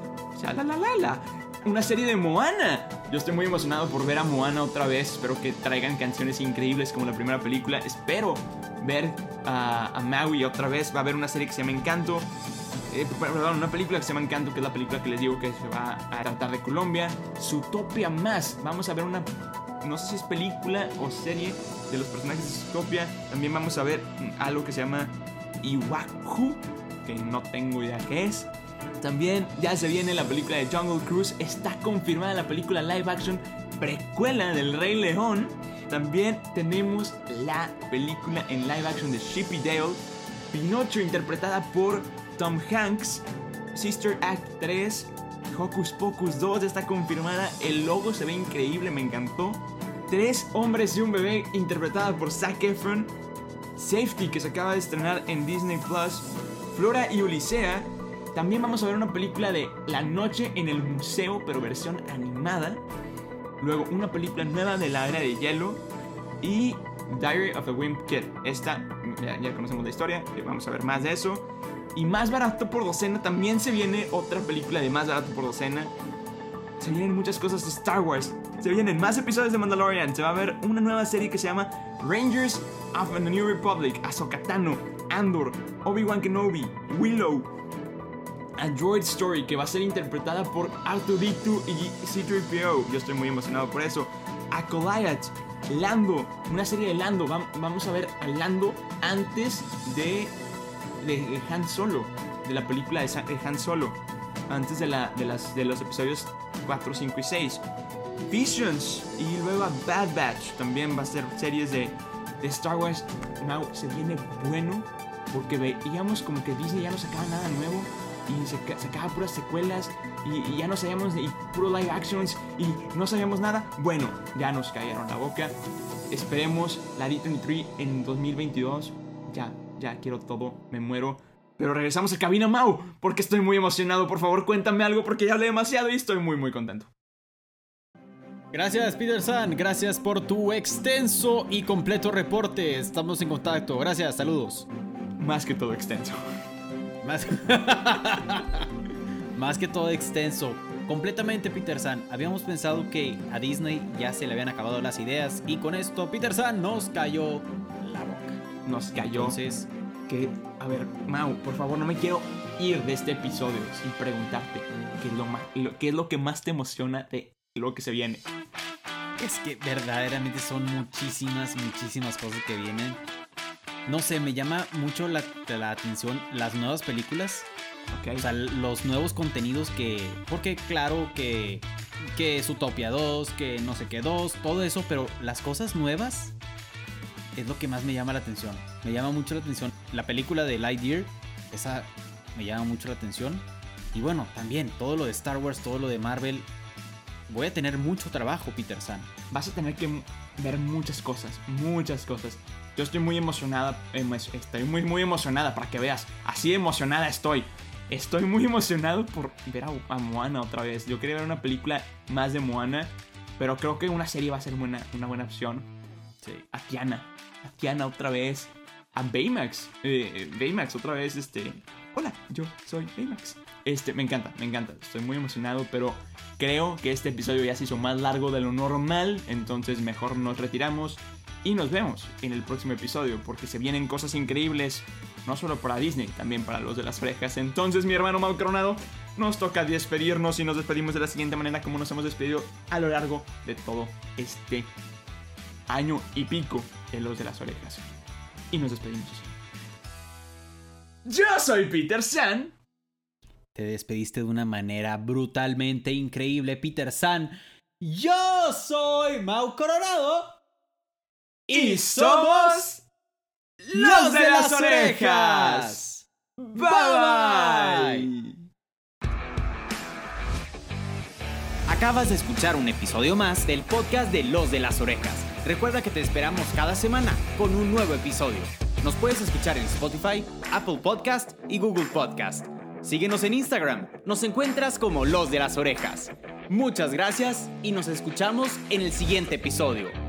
Una serie de Moana. Yo estoy muy emocionado por ver a Moana otra vez. Espero que traigan canciones increíbles como la primera película. Espero ver a Maui otra vez. Va a haber una serie que se llama Encanto. Una película que se llama Encanto, que es la película que les digo que se va a tratar de Colombia. Zootopia más. Vamos a ver no sé si es película o serie de los personajes de Zootopia. También vamos a ver algo que se llama Iwaku, que no tengo idea qué es. También ya se viene la película de Jungle Cruise. Está confirmada la película live action precuela del Rey León. También tenemos la película en live action de Chip y Dale. Pinocho, interpretada por Tom Hanks. Sister Act 3. Hocus Pocus 2 está confirmada. El logo se ve increíble, me encantó. 3 hombres y un bebé, interpretada por Zac Efron. Safety, que se acaba de estrenar en Disney Plus. Flora y Ulisea. También vamos a ver una película de La Noche en el Museo, pero versión animada. Luego una película nueva de La Era de Hielo. Y Diary of a Wimpy Kid. Esta, ya conocemos la historia, vamos a ver más de eso. Y Más Barato por Docena, también se viene otra película de Más Barato por Docena. se vienen muchas cosas de Star Wars. Se vienen más episodios de Mandalorian. Se va a ver una nueva serie que se llama Rangers of the New Republic. Ahsoka Tano, Andor, Obi-Wan Kenobi, Willow. A Droid Story que va a ser interpretada por R2-D2 y C-3PO. Yo estoy muy emocionado por eso. A Goliath, Lando, una serie de Lando. Vamos a ver a Lando antes de Han Solo, de la película de Han Solo, antes de los episodios 4, 5 y 6. Visions, y luego a Bad Batch. También va a ser series de Star Wars. Now se viene bueno, porque veíamos como que Disney ya no sacaba nada nuevo y sacaba puras secuelas y ya no sabíamos, y puro live actions y no sabíamos nada. Bueno, ya nos cayeron la boca. Esperemos la D23 en 2022. Ya quiero todo, me muero. Pero regresamos a cabina, Mau, porque estoy muy emocionado. Por favor, cuéntame algo, porque ya hablé demasiado y estoy muy contento. Gracias, Peter San. Gracias por tu extenso y completo reporte. Estamos en contacto. Gracias, saludos. Más que todo extenso. Más que todo extenso. Completamente, Peter San. Habíamos pensado que a Disney ya se le habían acabado las ideas, y con esto Peter San nos cayó la boca. Nos cayó. Entonces, a ver, Mau, por favor, no me quiero ir de este episodio sin preguntarte qué es lo que más te emociona de lo que se viene. es que verdaderamente son muchísimas cosas que vienen. No sé, me llama mucho la atención las nuevas películas. Okay. O sea, los nuevos contenidos porque claro que Zootopia 2, que no sé qué 2, todo eso, pero las cosas nuevas es lo que más me llama la atención. Me llama mucho la atención la película de Lightyear, esa me llama mucho la atención. Y bueno, también todo lo de Star Wars, todo lo de Marvel. Voy a tener mucho trabajo, Peter San. Vas a tener que ver muchas cosas. Yo estoy muy emocionada, estoy muy emocionada, para que veas. Así emocionada estoy. Estoy muy emocionado por ver a Moana otra vez. Yo quería ver una película más de Moana, pero creo que una serie va a ser una buena opción. Sí. A Tiana otra vez. A Baymax. Baymax otra vez, Hola, yo soy Baymax. Me encanta. Estoy muy emocionado, pero creo que este episodio ya se hizo más largo de lo normal. Entonces mejor nos retiramos y nos vemos en el próximo episodio, porque se vienen cosas increíbles, no solo para Disney, también para los de las orejas. Entonces, mi hermano Mau Coronado, nos toca despedirnos, y nos despedimos de la siguiente manera como nos hemos despedido a lo largo de todo este año y pico en los de las orejas. Y nos despedimos así. Yo soy Peter San. Te despediste de una manera brutalmente increíble, Peter San. Yo soy Mau Coronado. Y somos los de las orejas. Bye. Acabas de escuchar un episodio más del podcast de Los de las Orejas. Recuerda que te esperamos cada semana con un nuevo episodio. Nos puedes escuchar en Spotify, Apple Podcast y Google Podcast. Síguenos en Instagram. Nos encuentras como Los de las Orejas. Muchas gracias y nos escuchamos en el siguiente episodio.